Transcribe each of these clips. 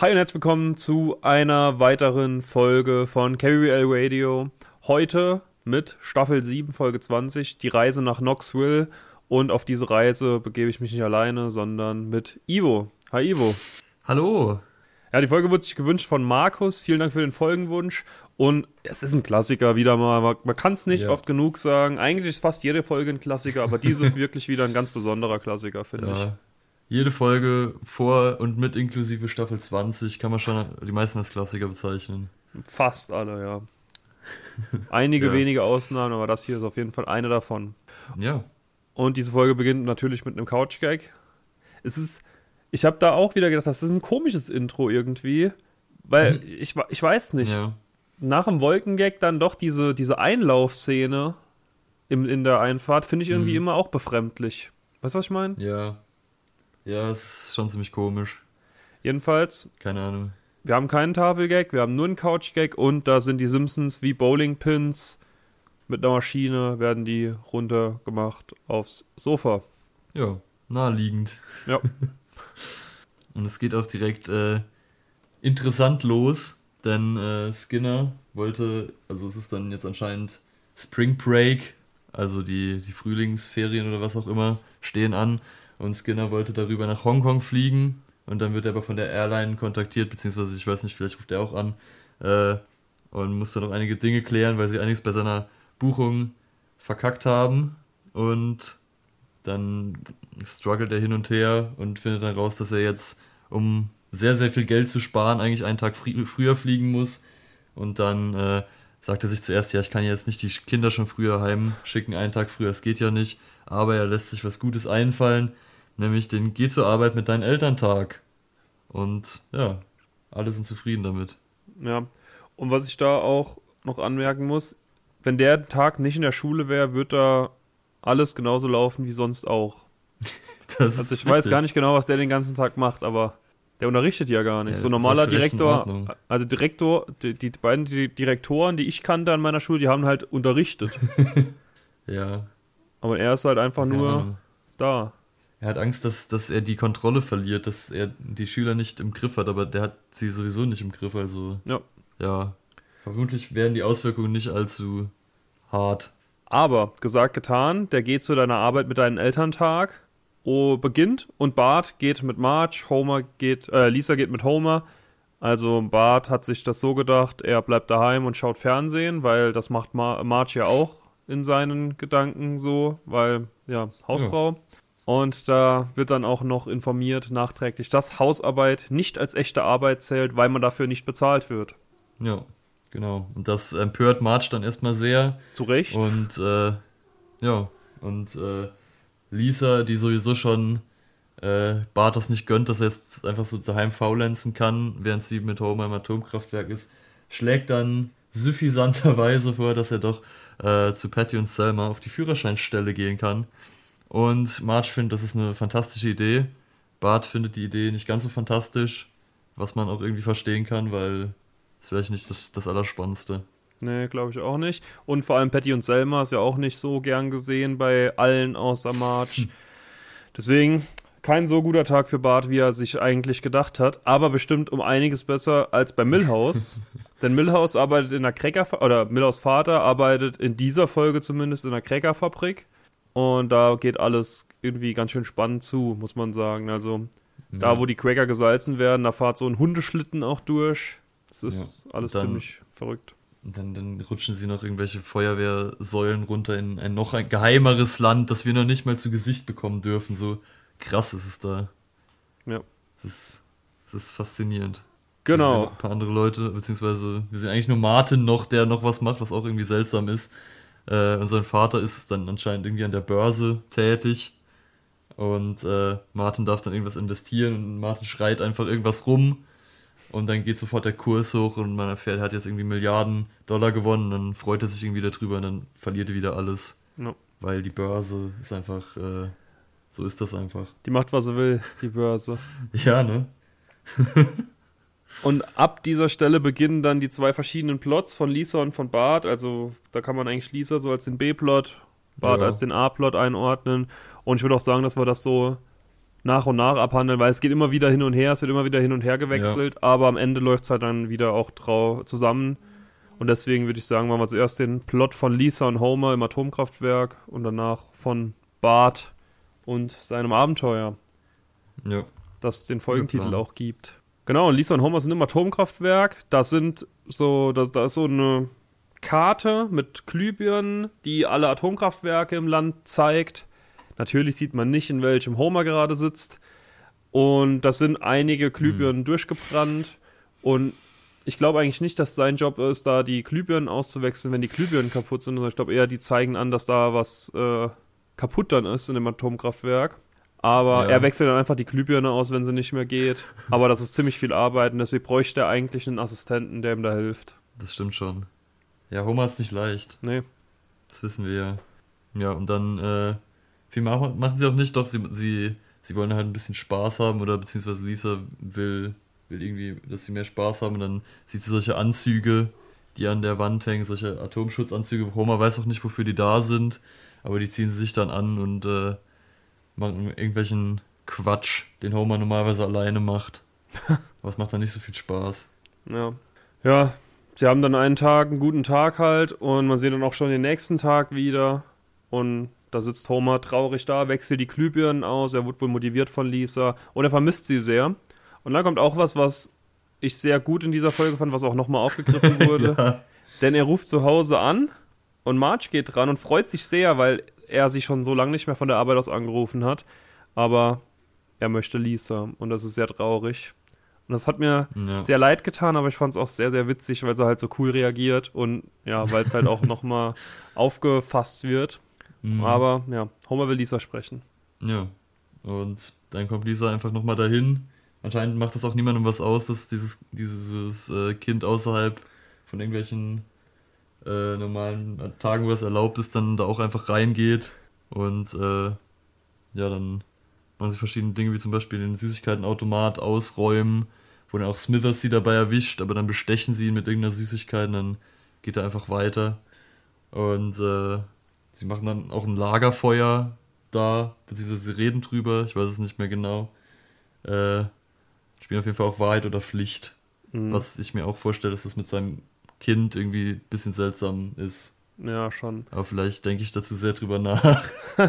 Hi und herzlich willkommen zu einer weiteren Folge von KBBL Radio. Heute mit Staffel 7, Folge 20, die Reise nach Knoxville. Und auf diese Reise begebe ich mich nicht alleine, sondern mit Ivo. Hi Ivo. Hallo. Ja, die Folge wurde sich gewünscht von Markus. Vielen Dank für den Folgenwunsch. Und es ist ein Klassiker wieder mal. Man kann es nicht oft genug sagen. Eigentlich ist fast jede Folge ein Klassiker, aber dieses ist wirklich wieder ein ganz besonderer Klassiker, finde ich. Jede Folge vor und mit inklusive Staffel 20 kann man schon die meisten als Klassiker bezeichnen. Fast alle, ja. Einige wenige Ausnahmen, aber das hier ist auf jeden Fall eine davon. Ja. Und diese Folge beginnt natürlich mit einem Couch-Gag. Ich habe da auch wieder gedacht, das ist ein komisches Intro irgendwie, weil ich weiß nicht. Ja. Nach dem Wolkengag dann doch diese Einlaufszene in der Einfahrt finde ich irgendwie immer auch befremdlich. Weißt du, was ich meine? Ja, es ist schon ziemlich komisch. Jedenfalls. Keine Ahnung. Wir haben keinen Tafelgag, wir haben nur einen Couchgag und da sind die Simpsons wie Bowlingpins. Mit einer Maschine werden die runtergemacht aufs Sofa. Ja, naheliegend. Ja. Und es geht auch direkt interessant los, denn Skinner wollte, also es ist dann jetzt anscheinend Spring Break, also die Frühlingsferien oder was auch immer, stehen an. Und Skinner wollte darüber nach Hongkong fliegen und dann wird er aber von der Airline kontaktiert, beziehungsweise ich weiß nicht, vielleicht ruft er auch an und muss dann noch einige Dinge klären, weil sie einiges bei seiner Buchung verkackt haben und dann struggelt er hin und her und findet dann raus, dass er jetzt, um sehr, sehr viel Geld zu sparen, eigentlich einen Tag früher fliegen muss und dann sagt er sich zuerst, ja, ich kann jetzt nicht die Kinder schon früher heimschicken, einen Tag früher, das geht ja nicht, aber er lässt sich was Gutes einfallen, nämlich den Geh zur Arbeit mit deinen Elterntag. Und ja, alle sind zufrieden damit. Ja, und was ich da auch noch anmerken muss, wenn der Tag nicht in der Schule wäre, wird da alles genauso laufen wie sonst auch. Also ich weiß gar nicht genau, was der den ganzen Tag macht, aber der unterrichtet ja gar nicht. Ja, so ein normaler Direktor, also die beiden Direktoren, die ich kannte an meiner Schule, die haben halt unterrichtet. Ja. Aber er ist halt einfach nur da. Er hat Angst, dass er die Kontrolle verliert, dass er die Schüler nicht im Griff hat, aber der hat sie sowieso nicht im Griff, also ja. Vermutlich werden die Auswirkungen nicht allzu hart. Aber, gesagt, getan, der geht zu deiner Arbeit mit deinen Elterntag, beginnt und Bart geht mit Marge, Lisa geht mit Homer. Also Bart hat sich das so gedacht, er bleibt daheim und schaut Fernsehen, weil das macht Marge ja auch in seinen Gedanken so, weil, Hausfrau. Ja. Und da wird dann auch noch informiert, nachträglich, dass Hausarbeit nicht als echte Arbeit zählt, weil man dafür nicht bezahlt wird. Ja, genau. Und das empört Marge dann erstmal sehr. Zu Recht. Und, Lisa, die sowieso schon Bart das nicht gönnt, dass er jetzt einfach so daheim faulenzen kann, während sie mit Homer im Atomkraftwerk ist, schlägt dann suffisanterweise vor, dass er doch zu Patty und Selma auf die Führerscheinstelle gehen kann. Und Marge findet, das ist eine fantastische Idee. Bart findet die Idee nicht ganz so fantastisch, was man auch irgendwie verstehen kann, weil das ist vielleicht nicht das Allerspannendste. Nee, glaube ich auch nicht. Und vor allem Patty und Selma ist ja auch nicht so gern gesehen bei allen außer Marge. Deswegen kein so guter Tag für Bart, wie er sich eigentlich gedacht hat, aber bestimmt um einiges besser als bei Milhouse. Denn Milhouse arbeitet in der Milhouse Vater arbeitet in dieser Folge zumindest in der Cracker-Fabrik. Und da geht alles irgendwie ganz schön spannend zu, muss man sagen. Also da, wo die Cracker gesalzen werden, da fährt so ein Hundeschlitten auch durch. Das ist alles ziemlich verrückt. Und dann rutschen sie noch irgendwelche Feuerwehrsäulen runter in ein noch ein geheimeres Land, das wir noch nicht mal zu Gesicht bekommen dürfen. So krass ist es da. Ja. Es ist faszinierend. Genau. Wir sehen noch ein paar andere Leute, beziehungsweise wir sehen eigentlich nur Martin noch, der noch was macht, was auch irgendwie seltsam ist. Und sein Vater ist dann anscheinend irgendwie an der Börse tätig. Und Martin darf dann irgendwas investieren und Martin schreit einfach irgendwas rum. Und dann geht sofort der Kurs hoch und man erfährt, er hat jetzt irgendwie $Milliarden gewonnen. Dann freut er sich irgendwie darüber und dann verliert er wieder alles. No. Weil die Börse ist einfach, so ist das einfach. Die macht, was sie will, die Börse. Ja, ne? Und ab dieser Stelle beginnen dann die zwei verschiedenen Plots von Lisa und von Bart. Also da kann man eigentlich Lisa so als den B-Plot, Bart als den A-Plot einordnen. Und ich würde auch sagen, dass wir das so nach und nach abhandeln, weil es geht immer wieder hin und her, es wird immer wieder hin und her gewechselt, aber am Ende läuft es halt dann wieder auch zusammen. Und deswegen würde ich sagen, machen wir zuerst den Plot von Lisa und Homer im Atomkraftwerk und danach von Bart und seinem Abenteuer, das den Folgentitel auch gibt. Genau, und Lisa und Homer sind im Atomkraftwerk. Da ist so eine Karte mit Glühbirnen, die alle Atomkraftwerke im Land zeigt. Natürlich sieht man nicht, in welchem Homer gerade sitzt. Und das sind einige Glühbirnen durchgebrannt. Und ich glaube eigentlich nicht, dass sein Job ist, da die Glühbirnen auszuwechseln, wenn die Glühbirnen kaputt sind. Ich glaube eher, die zeigen an, dass da was kaputt dann ist in dem Atomkraftwerk. Aber er wechselt dann einfach die Glühbirne aus, wenn sie nicht mehr geht. Aber das ist ziemlich viel Arbeit und deswegen bräuchte er eigentlich einen Assistenten, der ihm da hilft. Das stimmt schon. Ja, Homer ist nicht leicht. Nee. Das wissen wir ja. Ja, und dann viel machen sie auch nicht, doch sie wollen halt ein bisschen Spaß haben oder beziehungsweise Lisa will irgendwie, dass sie mehr Spaß haben und dann sieht sie solche Anzüge, die an der Wand hängen, solche Atomschutzanzüge. Homer weiß auch nicht, wofür die da sind, aber die ziehen sie sich dann an und machen irgendwelchen Quatsch, den Homer normalerweise alleine macht. Aber es macht dann nicht so viel Spaß. Ja, sie haben dann einen guten Tag halt und man sieht dann auch schon den nächsten Tag wieder und da sitzt Homer traurig da, wechselt die Glühbirnen aus, er wurde wohl motiviert von Lisa und er vermisst sie sehr. Und dann kommt auch was ich sehr gut in dieser Folge fand, was auch nochmal aufgegriffen wurde. Ja. Denn er ruft zu Hause an und Marge geht dran und freut sich sehr, weil er sie schon so lange nicht mehr von der Arbeit aus angerufen hat. Aber er möchte Lisa und das ist sehr traurig. Und das hat mir sehr leid getan, aber ich fand es auch sehr, sehr witzig, weil sie halt so cool reagiert und ja, weil es halt auch nochmal aufgefasst wird. Aber ja, Homer will Lisa sprechen. Ja, und dann kommt Lisa einfach nochmal dahin. Anscheinend macht das auch niemandem was aus, dass dieses Kind außerhalb von irgendwelchen normalen Tagen, wo es erlaubt ist, dann da auch einfach reingeht. Und dann machen sie verschiedene Dinge, wie zum Beispiel den Süßigkeitenautomat ausräumen, wo dann auch Smithers sie dabei erwischt, aber dann bestechen sie ihn mit irgendeiner Süßigkeit und dann geht er einfach weiter. Und sie machen dann auch ein Lagerfeuer da, beziehungsweise sie reden drüber, ich weiß es nicht mehr genau. Spielen auf jeden Fall auch Wahrheit oder Pflicht. Was ich mir auch vorstelle, dass das mit seinem Kind irgendwie ein bisschen seltsam ist. Ja, schon. Aber vielleicht denke ich dazu sehr drüber nach.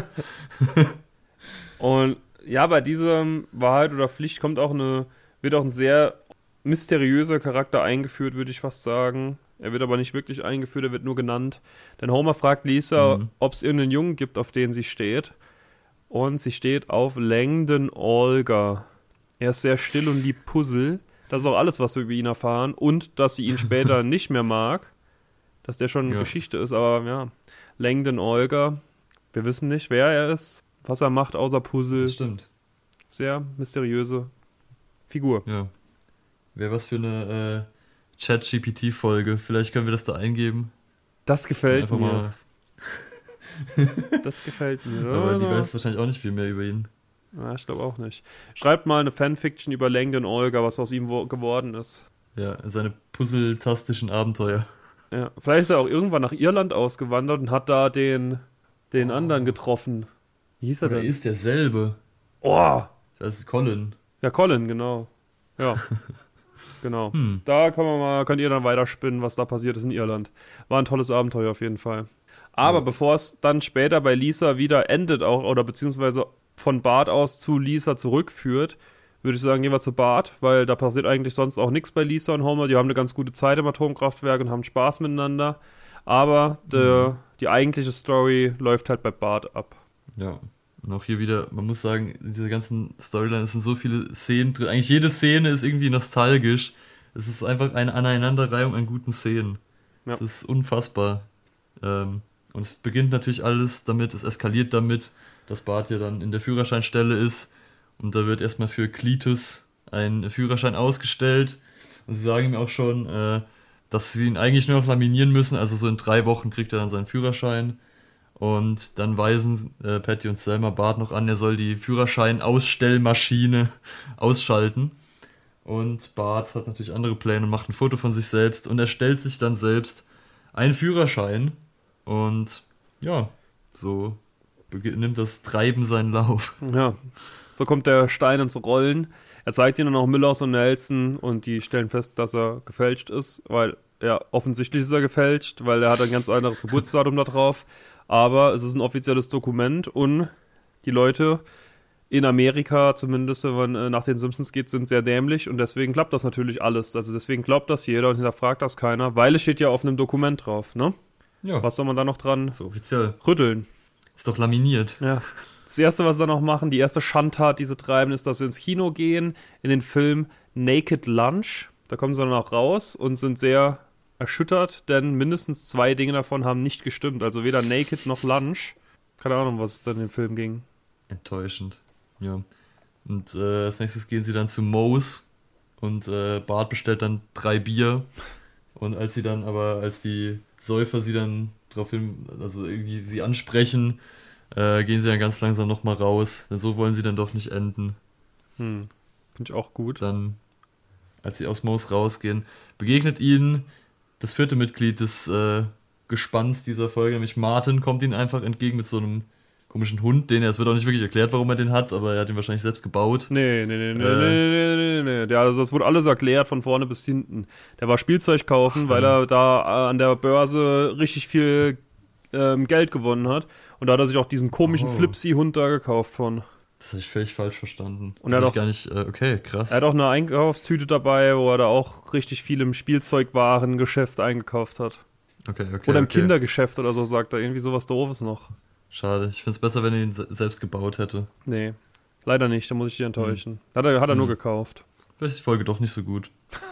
Und ja, bei diesem Wahrheit oder Pflicht wird auch ein sehr mysteriöser Charakter eingeführt, würde ich fast sagen. Er wird aber nicht wirklich eingeführt, er wird nur genannt. Denn Homer fragt Lisa, ob es irgendeinen Jungen gibt, auf den sie steht. Und sie steht auf Langdon Olga. Er ist sehr still und liebt Puzzle. Das ist auch alles, was wir über ihn erfahren. Und dass sie ihn später nicht mehr mag. Dass der schon Geschichte ist. Aber ja, Langdon Olga. Wir wissen nicht, wer er ist, was er macht, außer Puzzle. Das stimmt. Sehr mysteriöse Figur. Ja. Wäre was für eine Chat-GPT-Folge. Vielleicht können wir das da eingeben. Das gefällt mir. Das gefällt mir. Aber die weiß wahrscheinlich auch nicht viel mehr über ihn. Ja, ich glaube auch nicht. Schreibt mal eine Fanfiction über Langdon Olga, was aus ihm geworden ist. Ja, seine puzzletastischen Abenteuer. Ja, vielleicht ist er auch irgendwann nach Irland ausgewandert und hat da den anderen getroffen. Wie hieß er denn? Er ist derselbe. Oh! Das ist Colin. Ja, Colin, genau. Ja, genau. Da könnt ihr dann weiterspinnen, was da passiert ist in Irland. War ein tolles Abenteuer auf jeden Fall. Aber bevor es dann später bei Lisa wieder endet, auch oder beziehungsweise von Bart aus zu Lisa zurückführt, würde ich sagen, gehen wir zu Bart, weil da passiert eigentlich sonst auch nichts bei Lisa und Homer. Die haben eine ganz gute Zeit im Atomkraftwerk und haben Spaß miteinander. Aber die eigentliche Story läuft halt bei Bart ab. Ja, und auch hier wieder, man muss sagen, in dieser ganzen Storyline, es sind so viele Szenen drin. Eigentlich jede Szene ist irgendwie nostalgisch. Es ist einfach eine Aneinanderreihung an guten Szenen. Ja. Es ist unfassbar. Und es beginnt natürlich alles damit, es eskaliert damit, dass Bart ja dann in der Führerscheinstelle ist und da wird erstmal für Cletus ein Führerschein ausgestellt und sie sagen ihm auch schon, dass sie ihn eigentlich nur noch laminieren müssen, also so in 3 Wochen kriegt er dann seinen Führerschein und dann weisen Patty und Selma Bart noch an, er soll die Führerschein-Ausstellmaschine ausschalten und Bart hat natürlich andere Pläne und macht ein Foto von sich selbst und erstellt sich dann selbst einen Führerschein und ja, so nimmt das Treiben seinen Lauf. Ja, so kommt der Stein ins Rollen. Er zeigt ihnen dann auch Milhouse und Nelson und die stellen fest, dass er gefälscht ist, weil, ja, offensichtlich ist er gefälscht, weil er hat ein ganz anderes Geburtsdatum da drauf. Aber es ist ein offizielles Dokument und die Leute in Amerika, zumindest wenn man nach den Simpsons geht, sind sehr dämlich und deswegen klappt das natürlich alles. Also deswegen glaubt das jeder und hinterfragt das keiner, weil es steht ja auf einem Dokument drauf, ne? Ja. Was soll man da noch dran So offiziell. rütteln? Ist doch laminiert. Ja. Das erste, was sie noch machen, die erste Schandtat, die sie treiben, ist, dass sie ins Kino gehen, in den Film Naked Lunch. Da kommen sie dann auch raus und sind sehr erschüttert, denn mindestens 2 Dinge davon haben nicht gestimmt. Also weder Naked noch Lunch. Keine Ahnung, was es dann in dem Film ging. Enttäuschend. Ja. Und als nächstes gehen sie dann zu Moe's und Bart bestellt dann 3 Bier. Und als die Säufer sie dann daraufhin, also irgendwie sie ansprechen, gehen sie dann ganz langsam nochmal raus. Denn so wollen sie dann doch nicht enden. Finde ich auch gut. Dann, als sie aus Moe's rausgehen, begegnet ihnen das 4. Mitglied des Gespanns dieser Folge, nämlich Martin, kommt ihnen einfach entgegen mit so einem komischen Hund, es wird auch nicht wirklich erklärt, warum er den hat, aber er hat ihn wahrscheinlich selbst gebaut. Nee. Also das wurde alles erklärt, von vorne bis hinten. Der war Spielzeug kaufen, weil er da an der Börse richtig viel Geld gewonnen hat. Und da hat er sich auch diesen komischen Flipsy-Hund da gekauft von. Das habe ich völlig falsch verstanden. Und er hat auch gar nicht, okay, krass. Er hat auch eine Einkaufstüte dabei, wo er da auch richtig viel im Spielzeugwarengeschäft eingekauft hat. Okay. Oder im Kindergeschäft oder so, sagt er. Irgendwie sowas Doofes noch. Schade. Ich finde es besser, wenn er ihn selbst gebaut hätte. Nee, leider nicht. Da muss ich dich enttäuschen. Hat er nur gekauft. Vielleicht ist die Folge doch nicht so gut.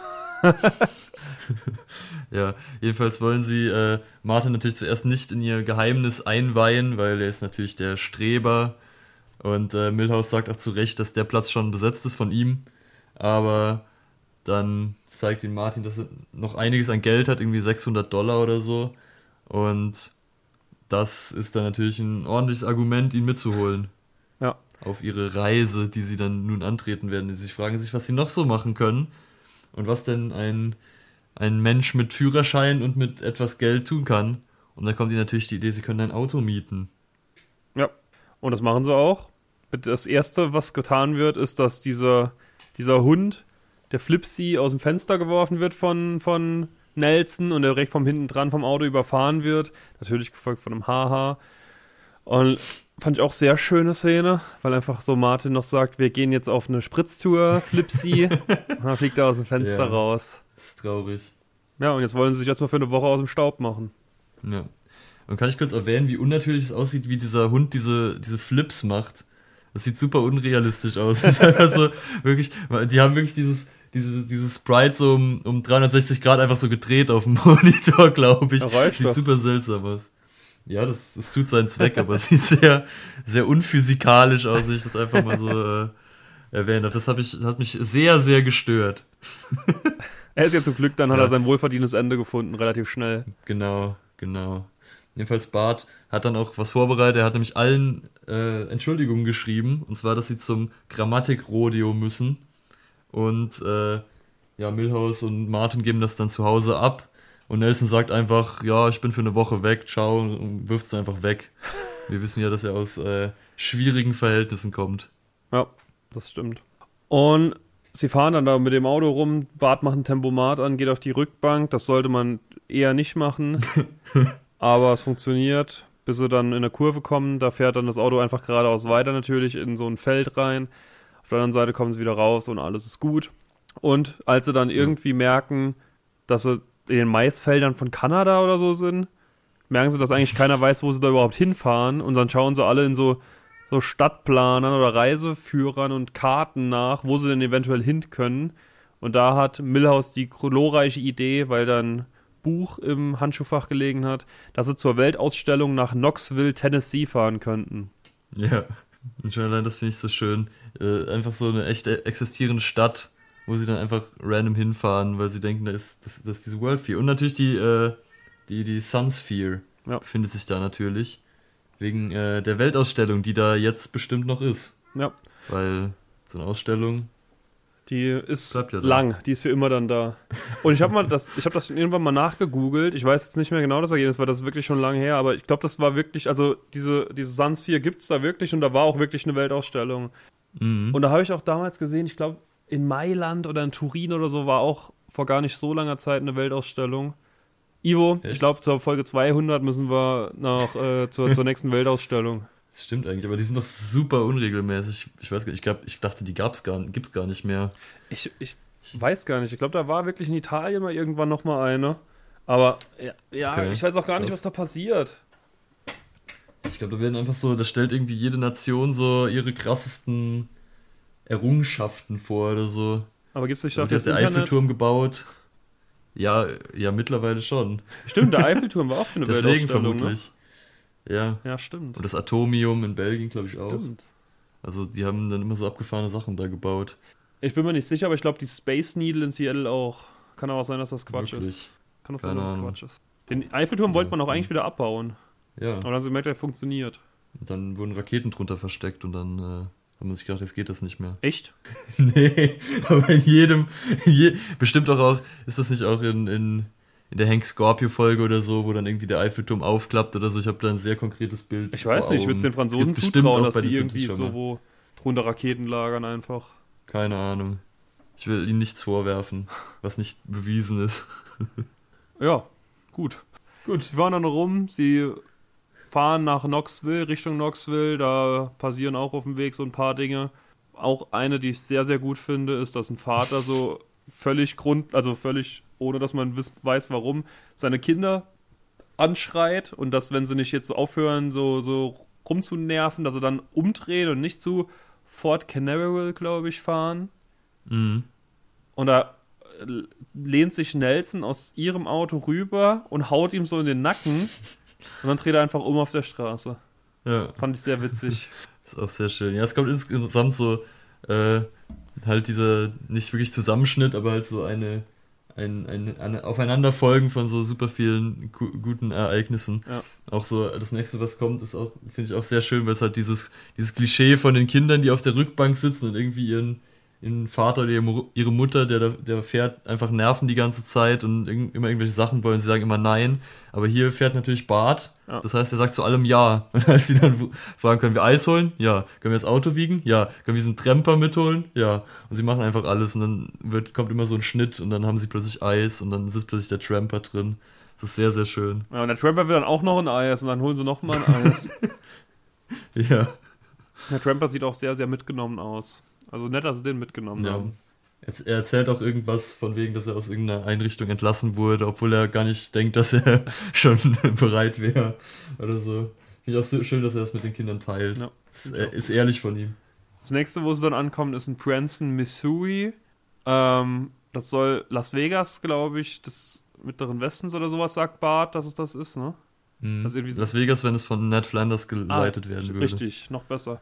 Ja, jedenfalls wollen sie Martin natürlich zuerst nicht in ihr Geheimnis einweihen, weil er ist natürlich der Streber. Und Milhouse sagt auch zu Recht, dass der Platz schon besetzt ist von ihm. Aber dann zeigt ihm Martin, dass er noch einiges an Geld hat, irgendwie $600 oder so. Und das ist dann natürlich ein ordentliches Argument, ihn mitzuholen. Ja. Auf ihre Reise, die sie dann nun antreten werden. Sie fragen sich, was sie noch so machen können und was denn ein Mensch mit Führerschein und mit etwas Geld tun kann. Und dann kommt ihnen natürlich die Idee, sie können ein Auto mieten. Ja, und das machen sie auch. Das Erste, was getan wird, ist, dass dieser Hund, der Flipsy, aus dem Fenster geworfen wird von Nelson und der direkt vom hinten dran vom Auto überfahren wird. Natürlich gefolgt von einem Haha. Und fand ich auch sehr schöne Szene, weil einfach so Martin noch sagt, wir gehen jetzt auf eine Spritztour, Flipsy. Und dann fliegt er aus dem Fenster raus. Das ist traurig. Ja, und jetzt wollen sie sich erstmal für eine Woche aus dem Staub machen. Ja. Und kann ich kurz erwähnen, wie unnatürlich es aussieht, wie dieser Hund diese Flips macht. Das sieht super unrealistisch aus. Das ist einfach so, wirklich, die haben wirklich dieses Sprite so um 360 Grad einfach so gedreht auf dem Monitor, glaube ich. Sieht doch super seltsam aus. Ja, das tut seinen Zweck, aber es sieht sehr, sehr unphysikalisch aus, wenn ich das einfach mal so erwähnt habe. Das hat mich sehr, sehr gestört. Er ist ja zum Glück, dann hat er sein wohlverdientes Ende gefunden, relativ schnell. Genau. Jedenfalls Bart hat dann auch was vorbereitet. Er hat nämlich allen Entschuldigungen geschrieben. Und zwar, dass sie zum Grammatik-Rodeo müssen. Und Milhouse und Martin geben das dann zu Hause ab. Und Nelson sagt einfach, ja, ich bin für eine Woche weg, ciao, und wirft es einfach weg. Wir wissen ja, dass er aus schwierigen Verhältnissen kommt. Ja, das stimmt. Und sie fahren dann da mit dem Auto rum, Bart macht ein Tempomat an, geht auf die Rückbank. Das sollte man eher nicht machen. Aber es funktioniert, bis sie dann in eine Kurve kommen. Da fährt dann das Auto einfach geradeaus weiter natürlich in so ein Feld rein. Auf der anderen Seite kommen sie wieder raus und alles ist gut. Und als sie dann irgendwie merken, dass sie in den Maisfeldern von Kanada oder so sind, merken sie, dass eigentlich keiner weiß, wo sie da überhaupt hinfahren. Und dann schauen sie alle in so Stadtplanern oder Reiseführern und Karten nach, wo sie denn eventuell hin können. Und da hat Milhouse die glorreiche Idee, weil dann Buch im Handschuhfach gelegen hat, dass sie zur Weltausstellung nach Knoxville, Tennessee fahren könnten. Ja, und schon allein das finde ich so schön. Einfach so eine echt existierende Stadt, wo sie dann einfach random hinfahren, weil sie denken, da ist diese World Fair. Und natürlich die Sunsphere befindet sich da natürlich. Wegen der Weltausstellung, die da jetzt bestimmt noch ist. Ja. Weil so eine Ausstellung, Die ist Bleibt ja da. lang, die ist für immer dann da. Und ich habe das schon irgendwann mal nachgegoogelt. Ich weiß jetzt nicht mehr genau das Ergebnis, weil das ist wirklich schon lange her, aber ich glaube, das war wirklich, also diese Suns 4 gibt es da wirklich und da war auch wirklich eine Weltausstellung. Mhm. Und da habe ich auch damals gesehen, ich glaube, in Mailand oder in Turin oder so war auch vor gar nicht so langer Zeit eine Weltausstellung. Ivo, Echt? ich glaube, zur Folge 200 müssen wir zur nächsten Weltausstellung. Stimmt eigentlich, aber die sind doch super unregelmäßig. Ich weiß gar nicht, ich dachte, die gibt's gar nicht mehr. Ich weiß gar nicht. Ich glaube, da war wirklich in Italien mal irgendwann nochmal eine. Aber ja Okay, ich weiß auch gar nicht, krass. was da passiert. Ich glaube, da werden einfach so, da stellt irgendwie jede Nation so ihre krassesten Errungenschaften vor oder so. Aber gibt es nicht Da dafür wird das der Internet? Eiffelturm gebaut. Ja, mittlerweile schon. Stimmt, der Eiffelturm war auch für eine Deswegen Weltausstellung, vermutlich. Ja. ne? Ja, stimmt. Und das Atomium in Belgien, glaube ich, auch. Stimmt. Also die haben dann immer so abgefahrene Sachen da gebaut. Ich bin mir nicht sicher, aber ich glaube, die Space Needle in Seattle auch. Kann auch sein, dass das Quatsch ist. Wirklich. Kann auch sein, Keine dass das Ahnung. Quatsch ist. Den Eiffelturm wollte man auch eigentlich wieder abbauen. Ja. Aber dann haben sie gemerkt, der funktioniert. Und dann wurden Raketen drunter versteckt und dann haben wir sich gedacht, jetzt geht das nicht mehr. Echt? Nee, aber bestimmt auch, ist das nicht auch in der Hank Scorpio-Folge oder so, wo dann irgendwie der Eiffelturm aufklappt oder so? Ich habe da ein sehr konkretes Bild. Ich weiß vor nicht, ich würde es den Augen. Franzosen Gibt's bestimmt zutrauen, auch dass bei sie den irgendwie Simpsons schon so mal. wo drunter Raketen lagern einfach. Keine Ahnung. Ich will ihnen nichts vorwerfen, was nicht bewiesen ist. Ja, gut. Gut, sie fahren dann rum, sie fahren nach Knoxville, Richtung Knoxville, da passieren auch auf dem Weg so ein paar Dinge. Auch eine, die ich sehr, sehr gut finde, ist, dass ein Vater so völlig ohne dass man weiß warum, seine Kinder anschreit und dass, wenn sie nicht jetzt aufhören, so rumzunerven, dass sie dann umdrehen und nicht zu Fort Canaveral, glaube ich, fahren. Mhm. Und da lehnt sich Nelson aus ihrem Auto rüber und haut ihm so in den Nacken. Und dann dreht er einfach um auf der Straße. Ja, Fand ich sehr witzig. ist auch sehr schön. Ja, es kommt insgesamt so halt dieser, nicht wirklich Zusammenschnitt, aber halt so ein Aufeinanderfolgen von so super vielen guten Ereignissen. Ja. Auch so, das nächste, was kommt, ist auch, finde ich auch sehr schön, weil es halt dieses Klischee von den Kindern, die auf der Rückbank sitzen und irgendwie ihren Vater oder ihre Mutter, der fährt, einfach nerven die ganze Zeit und immer irgendwelche Sachen wollen, sie sagen immer nein. Aber hier fährt natürlich Bart, Ja. das heißt, er sagt zu allem ja. Und als sie dann fragen, können wir Eis holen? Ja. Können wir das Auto wiegen? Ja. Können wir diesen Tramper mitholen? Ja. Und sie machen einfach alles und dann kommt immer so ein Schnitt und dann haben sie plötzlich Eis und dann sitzt plötzlich der Tramper drin. Das ist sehr, sehr schön. Ja, und der Tramper will dann auch noch ein Eis und dann holen sie noch mal ein Eis. Ja. Der Tramper sieht auch sehr, sehr mitgenommen aus. Also nett, dass sie den mitgenommen Ja. haben. Er erzählt auch irgendwas von wegen, dass er aus irgendeiner Einrichtung entlassen wurde, obwohl er gar nicht denkt, dass er schon bereit wäre oder so. Finde ich auch so schön, dass er das mit den Kindern teilt. Ja, Ist ehrlich von ihm. Das nächste, wo sie dann ankommen, ist in Branson, Missouri. Das soll Las Vegas, glaube ich, des Mittleren Westens oder sowas, sagt Bart, dass es das ist, ne? Mhm. Also irgendwie so- Las Vegas, wenn es von Ned Flanders geleitet werden würde. Richtig, noch besser.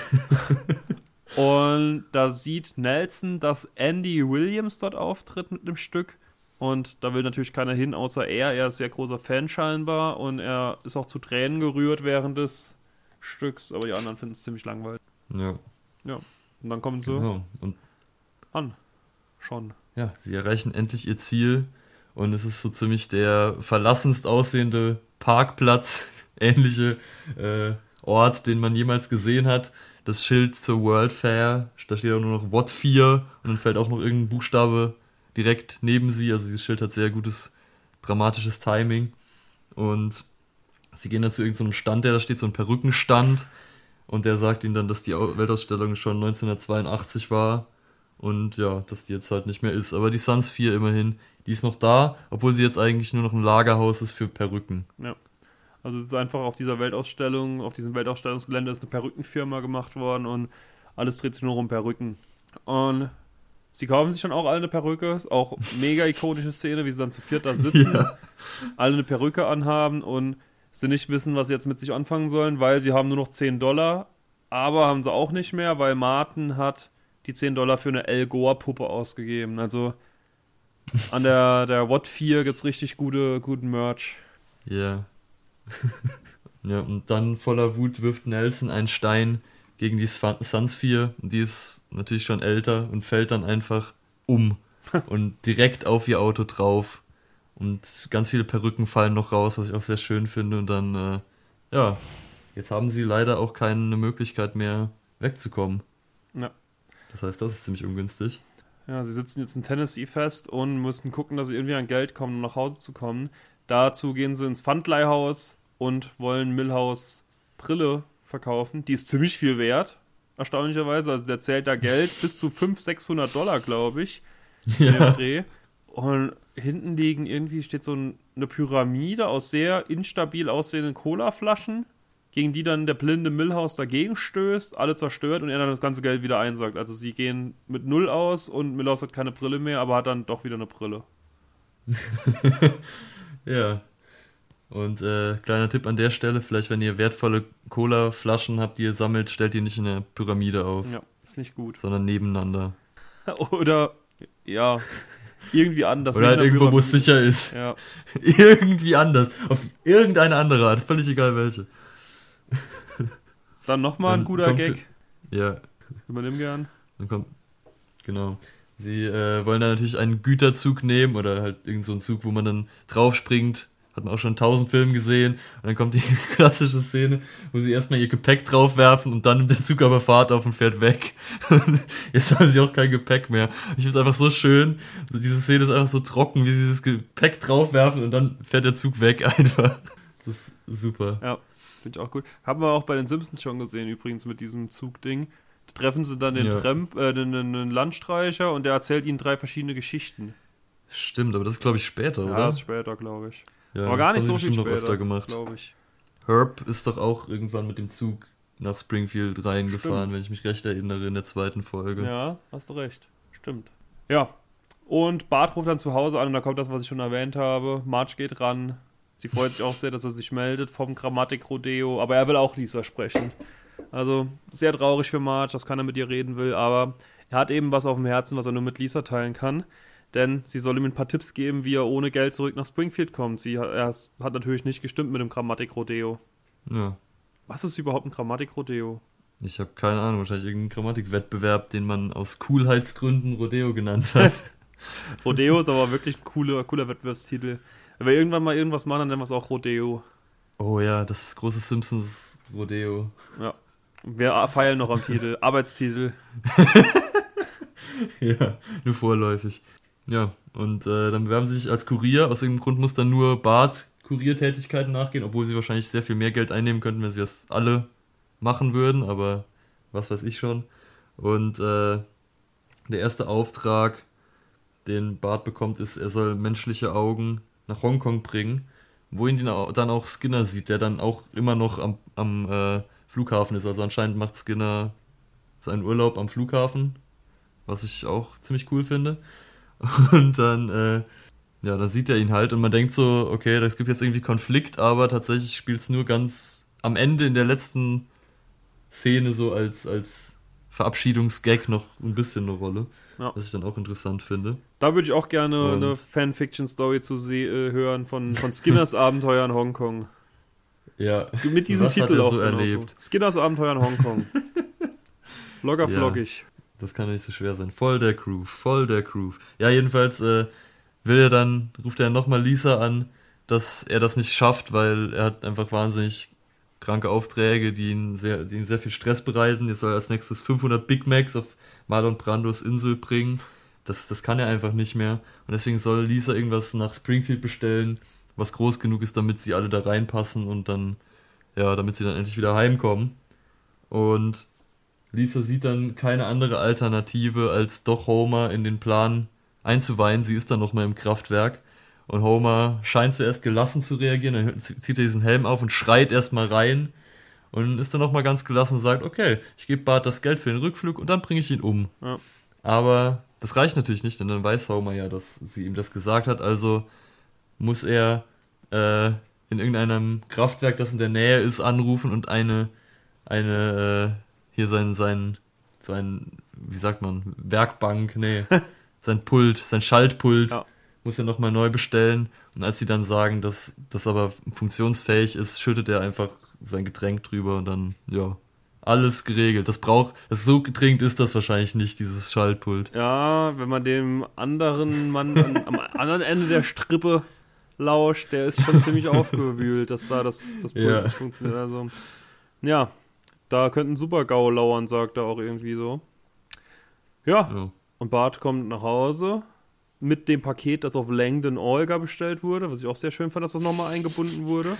Und da sieht Nelson, dass Andy Williams dort auftritt mit einem Stück. Und da will natürlich keiner hin, außer er. Er ist sehr großer Fan scheinbar. Und er ist auch zu Tränen gerührt während des Stücks. Aber die anderen finden es ziemlich langweilig. Ja, Und dann kommen sie genau. Und an. Schon. ja, sie erreichen endlich ihr Ziel. Und es ist so ziemlich der verlassenst aussehende Parkplatz, ähnliche Ort, den man jemals gesehen hat. Das Schild zur World Fair, da steht auch nur noch What 4 und dann fällt auch noch irgendein Buchstabe direkt neben sie. Also dieses Schild hat sehr gutes dramatisches Timing. Und sie gehen dann zu irgendeinem Stand, der da steht, so ein Perückenstand. Und der sagt ihnen dann, dass die Weltausstellung schon 1982 war. Und ja, dass die jetzt halt nicht mehr ist. Aber die Suns 4 immerhin, die ist noch da, obwohl sie jetzt eigentlich nur noch ein Lagerhaus ist für Perücken. Ja. Also es ist einfach auf dieser Weltausstellung, auf diesem Weltausstellungsgelände ist eine Perückenfirma gemacht worden und alles dreht sich nur um Perücken. Und sie kaufen sich dann auch alle eine Perücke, auch mega ikonische Szene, wie sie dann zu viert da sitzen, Ja. alle eine Perücke anhaben und sie nicht wissen, was sie jetzt mit sich anfangen sollen, weil sie haben nur noch $10, aber haben sie auch nicht mehr, weil Martin hat die $10 für eine Al Gore-Puppe ausgegeben. Also an der Watt 4 gibt's richtig guten Merch. Ja. Ja, und dann voller Wut wirft Nelson einen Stein gegen die Sunsphere. Die ist natürlich schon älter und fällt dann einfach um und direkt auf ihr Auto drauf. Und ganz viele Perücken fallen noch raus, was ich auch sehr schön finde. Und dann, jetzt haben sie leider auch keine Möglichkeit mehr wegzukommen. Ja. Das heißt, das ist ziemlich ungünstig. Ja, sie sitzen jetzt in Tennessee fest und müssen gucken, dass sie irgendwie an Geld kommen, um nach Hause zu kommen. Dazu gehen sie ins Pfandleihhaus und wollen Milhouse Brille verkaufen. Die ist ziemlich viel wert, erstaunlicherweise. Also der zählt da Geld bis zu $500-600, glaube ich, in dem Dreh. Und hinten liegen irgendwie, steht so eine Pyramide aus sehr instabil aussehenden Colaflaschen, gegen die dann der blinde Milhouse dagegen stößt, alle zerstört und er dann das ganze Geld wieder einsaugt. Also sie gehen mit 0 aus und Milhouse hat keine Brille mehr, aber hat dann doch wieder eine Brille. Ja. Und kleiner Tipp an der Stelle, vielleicht wenn ihr wertvolle Cola-Flaschen habt, die ihr sammelt, stellt die nicht in der Pyramide auf. Ja, ist nicht gut. Sondern nebeneinander. Oder, ja, irgendwie anders. Oder halt irgendwo, wo es sicher ist. Ja. Irgendwie anders. Auf irgendeine andere Art. Völlig egal welche. Dann nochmal ein guter Gag. Ja. Übernimm gern. Dann kommt, genau. Sie wollen dann natürlich einen Güterzug nehmen oder halt irgend so einen Zug, wo man dann draufspringt. Hat man auch schon in 1000 Filmen gesehen. Und dann kommt die klassische Szene, wo sie erstmal ihr Gepäck draufwerfen und dann nimmt der Zug aber Fahrt auf und fährt weg. Jetzt haben sie auch kein Gepäck mehr. Ich finde es einfach so schön. Diese Szene ist einfach so trocken, wie sie dieses Gepäck draufwerfen und dann fährt der Zug weg einfach. Das ist super. Ja, finde ich auch gut. Haben wir auch bei den Simpsons schon gesehen, übrigens, mit diesem Zugding. Da treffen sie dann den Landstreicher und der erzählt ihnen 3 verschiedene Geschichten. Stimmt, aber das ist, glaube ich, später, oder? Ja, das ist später, glaube ich. Ja, aber gar nicht so viel noch später, öfter gemacht. glaube ich. Herb ist doch auch irgendwann mit dem Zug nach Springfield reingefahren, Stimmt. wenn ich mich recht erinnere, in der 2. Folge. Ja, hast du recht. Stimmt. Ja. Und Bart ruft dann zu Hause an und da kommt das, was ich schon erwähnt habe. Marge geht ran. Sie freut sich auch sehr, dass er sich meldet vom Grammatik-Rodeo, aber er will auch Lisa sprechen. Also sehr traurig für Marge, dass keiner mit ihr reden will, aber er hat eben was auf dem Herzen, was er nur mit Lisa teilen kann. Denn sie soll ihm ein paar Tipps geben, wie er ohne Geld zurück nach Springfield kommt. Er hat natürlich nicht gestimmt mit dem Grammatik-Rodeo. Ja. Was ist überhaupt ein Grammatik-Rodeo? Ich habe keine Ahnung, wahrscheinlich irgendein Grammatikwettbewerb, den man aus Coolheitsgründen Rodeo genannt hat. Rodeo ist aber wirklich ein cooler Wettbewerbstitel. Wenn wir irgendwann mal irgendwas machen, dann nennen wir es auch Rodeo. Oh ja, das ist große Simpsons Rodeo. Ja. Wir feilen noch am Titel. Arbeitstitel. Ja, nur vorläufig. Ja, und dann bewerben sie sich als Kurier. Aus irgendeinem Grund muss dann nur Bart Kuriertätigkeiten nachgehen, obwohl sie wahrscheinlich sehr viel mehr Geld einnehmen könnten, wenn sie das alle machen würden, aber was weiß ich schon. Und der erste Auftrag, den Bart bekommt, ist, er soll menschliche Augen nach Hongkong bringen, wo ihn dann auch Skinner sieht, der dann auch immer noch am Flughafen ist. Also anscheinend macht Skinner seinen Urlaub am Flughafen, was ich auch ziemlich cool finde. Und dann, dann sieht er ihn halt und man denkt so, okay, das gibt jetzt irgendwie Konflikt, aber tatsächlich spielt es nur ganz am Ende in der letzten Szene so als Verabschiedungsgag noch ein bisschen eine Rolle, was ich dann auch interessant finde. Da würde ich auch gerne eine Fanfiction-Story zu hören von Skinners Abenteuer in Hongkong. Ja. Mit diesem was Titel hat er auch so genauso. erlebt? Skinners Abenteuer in Hongkong. Locker flockig. Das kann ja nicht so schwer sein. Voll der Groove. Ja, jedenfalls ruft er nochmal Lisa an, dass er das nicht schafft, weil er hat einfach wahnsinnig kranke Aufträge, die ihm sehr viel Stress bereiten. Jetzt soll er als nächstes 500 Big Macs auf Marlon Brandos Insel bringen. Das kann er einfach nicht mehr. Und deswegen soll Lisa irgendwas nach Springfield bestellen, was groß genug ist, damit sie alle da reinpassen und dann, damit sie dann endlich wieder heimkommen. Und Lisa sieht dann keine andere Alternative, als doch Homer in den Plan einzuweihen. Sie ist dann nochmal im Kraftwerk. Und Homer scheint zuerst gelassen zu reagieren. Dann zieht er diesen Helm auf und schreit erstmal rein. Und ist dann nochmal ganz gelassen und sagt, okay, ich gebe Bart das Geld für den Rückflug und dann bringe ich ihn um. Ja. Aber das reicht natürlich nicht, denn dann weiß Homer ja, dass sie ihm das gesagt hat. Also muss er in irgendeinem Kraftwerk, das in der Nähe ist, anrufen und hier sein, wie sagt man, Werkbank, sein Pult, sein Schaltpult, muss er nochmal neu bestellen. Und als sie dann sagen, dass das aber funktionsfähig ist, schüttet er einfach sein Getränk drüber und dann, Alles geregelt. Das so dringend ist das wahrscheinlich nicht, dieses Schaltpult. Ja, wenn man dem anderen Mann am anderen Ende der Strippe lauscht, der ist schon ziemlich aufgewühlt, dass da das Pult nicht funktioniert. Also, ja, da könnte ein Super-GAU lauern, sagt er auch irgendwie so. Ja, und Bart kommt nach Hause mit dem Paket, das auf Langdon Olga bestellt wurde, was ich auch sehr schön fand, dass das nochmal eingebunden wurde.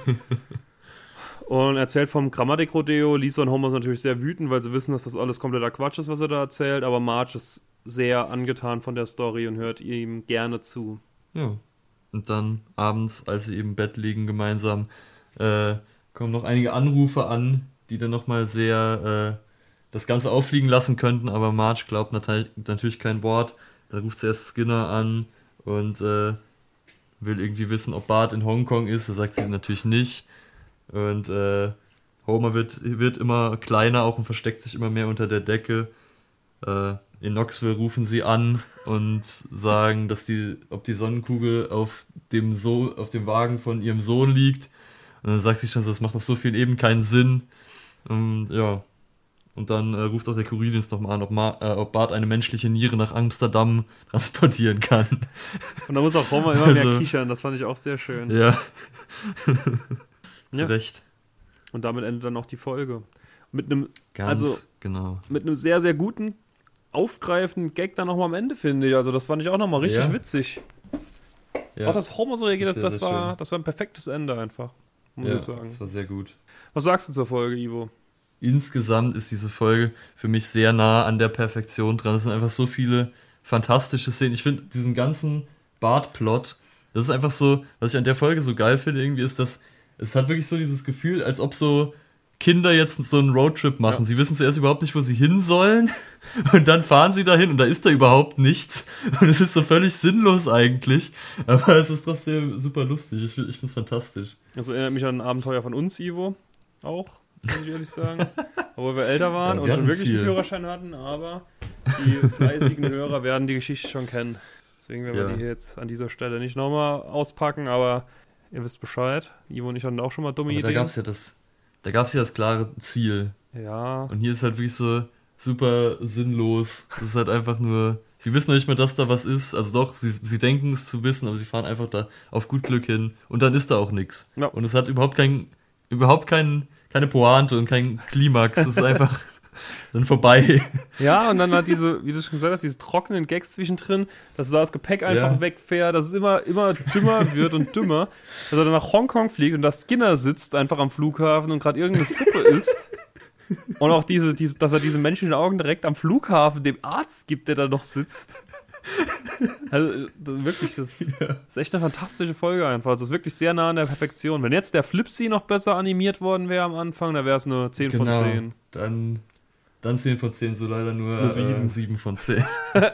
Und erzählt vom Grammatik-Rodeo. Lisa und Homer sind natürlich sehr wütend, weil sie wissen, dass das alles kompletter Quatsch ist, was er da erzählt. Aber Marge ist sehr angetan von der Story und hört ihm gerne zu. Ja. Und dann abends, als sie im Bett liegen gemeinsam, kommen noch einige Anrufe an, die dann nochmal sehr das Ganze auffliegen lassen könnten. Aber Marge glaubt natürlich kein Wort. Da ruft sie erst Skinner an und will irgendwie wissen, ob Bart in Hongkong ist. Da sagt sie natürlich nicht. Und Homer wird immer kleiner auch und versteckt sich immer mehr unter der Decke. In Knoxville rufen sie an und sagen, dass ob die Sonnenkugel auf dem Wagen von ihrem Sohn liegt. Und dann sagt sie schon, das macht auf so vielen Ebenen keinen Sinn. Und dann ruft auch der Kurierdienst nochmal an, ob Bart eine menschliche Niere nach Amsterdam transportieren kann. Und da muss auch Homer immer mehr kichern, das fand ich auch sehr schön. Ja. Zu Recht. Und damit endet dann auch die Folge. Mit einem sehr, sehr guten, aufgreifenden Gag dann nochmal am Ende, finde ich. Also das fand ich auch nochmal richtig witzig. Ja. Auch dass Homer so reagiert, das war ein perfektes Ende einfach, muss ich sagen. Das war sehr gut. Was sagst du zur Folge, Ivo? Insgesamt ist diese Folge für mich sehr nah an der Perfektion dran. Es sind einfach so viele fantastische Szenen. Ich finde diesen ganzen Bart-Plot, das ist einfach so, was ich an der Folge so geil finde irgendwie, ist, dass es hat wirklich so dieses Gefühl, als ob so Kinder jetzt so einen Roadtrip machen. Ja. Sie wissen zuerst überhaupt nicht, wo sie hin sollen und dann fahren sie dahin und da ist da überhaupt nichts und es ist so völlig sinnlos eigentlich, aber es ist trotzdem super lustig. Ich finde es fantastisch. Das erinnert mich an ein Abenteuer von uns, Ivo, auch, muss ich ehrlich sagen. Obwohl wir älter waren und schon wirklich einen Führerschein hatten, aber die fleißigen Hörer werden die Geschichte schon kennen. Deswegen werden wir die hier jetzt an dieser Stelle nicht nochmal auspacken, aber ihr wisst Bescheid. Ivo und ich hatten auch schon mal dumme Ideen. Da gab es ja das klare Ziel. Ja. Und hier ist halt wirklich so super sinnlos. Es ist halt einfach nur, sie wissen nicht mehr, dass da was ist. Also doch, sie denken es zu wissen, aber sie fahren einfach da auf gut Glück hin. Und dann ist da auch nichts. Ja. Und es hat überhaupt keine Pointe und kein Klimax. Es ist einfach dann vorbei. Ja, und dann hat wie du schon gesagt hast, diese trockenen Gags zwischendrin, dass da das Gepäck einfach wegfährt, dass es immer dümmer wird und dümmer. Dass er dann nach Hongkong fliegt und da Skinner sitzt einfach am Flughafen und gerade irgendeine Suppe isst. Und auch dass er diese menschlichen Augen direkt am Flughafen dem Arzt gibt, der da noch sitzt. Also wirklich, das ist echt eine fantastische Folge einfach. Das ist wirklich sehr nah an der Perfektion. Wenn jetzt der Flipsy noch besser animiert worden wäre am Anfang, dann wäre es nur 10 von 10. Dann 10 von 10, so leider nur 7 von 10.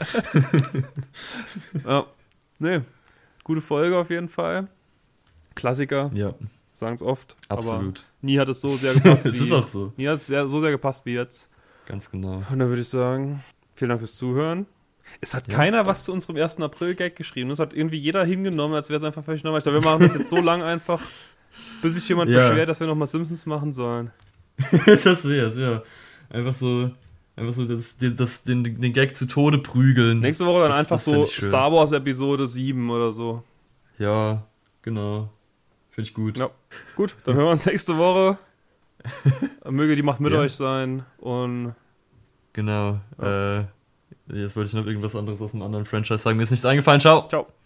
Ja, nee, gute Folge auf jeden Fall. Klassiker, sagen es oft. Absolut. Aber nie hat es so sehr gepasst. Es ist auch so. Nie hat es so sehr gepasst wie jetzt. Ganz genau. Und dann würde ich sagen, vielen Dank fürs Zuhören. Es hat keiner was zu unserem 1. April-Gag geschrieben. Das hat irgendwie jeder hingenommen, als wäre es einfach völlig normal. Ich glaube, wir machen das jetzt so lang einfach, bis sich jemand beschwert, dass wir nochmal Simpsons machen sollen. Das wär's, ja. Einfach so den Gag zu Tode prügeln. Nächste Woche dann einfach so Star Wars Episode 7 oder so. Ja, genau. Finde ich gut. Ja. Gut, dann hören wir uns nächste Woche. Möge die Macht mit euch sein. Und genau. Jetzt wollte ich noch irgendwas anderes aus einem anderen Franchise sagen. Mir ist nichts eingefallen. Ciao. Ciao.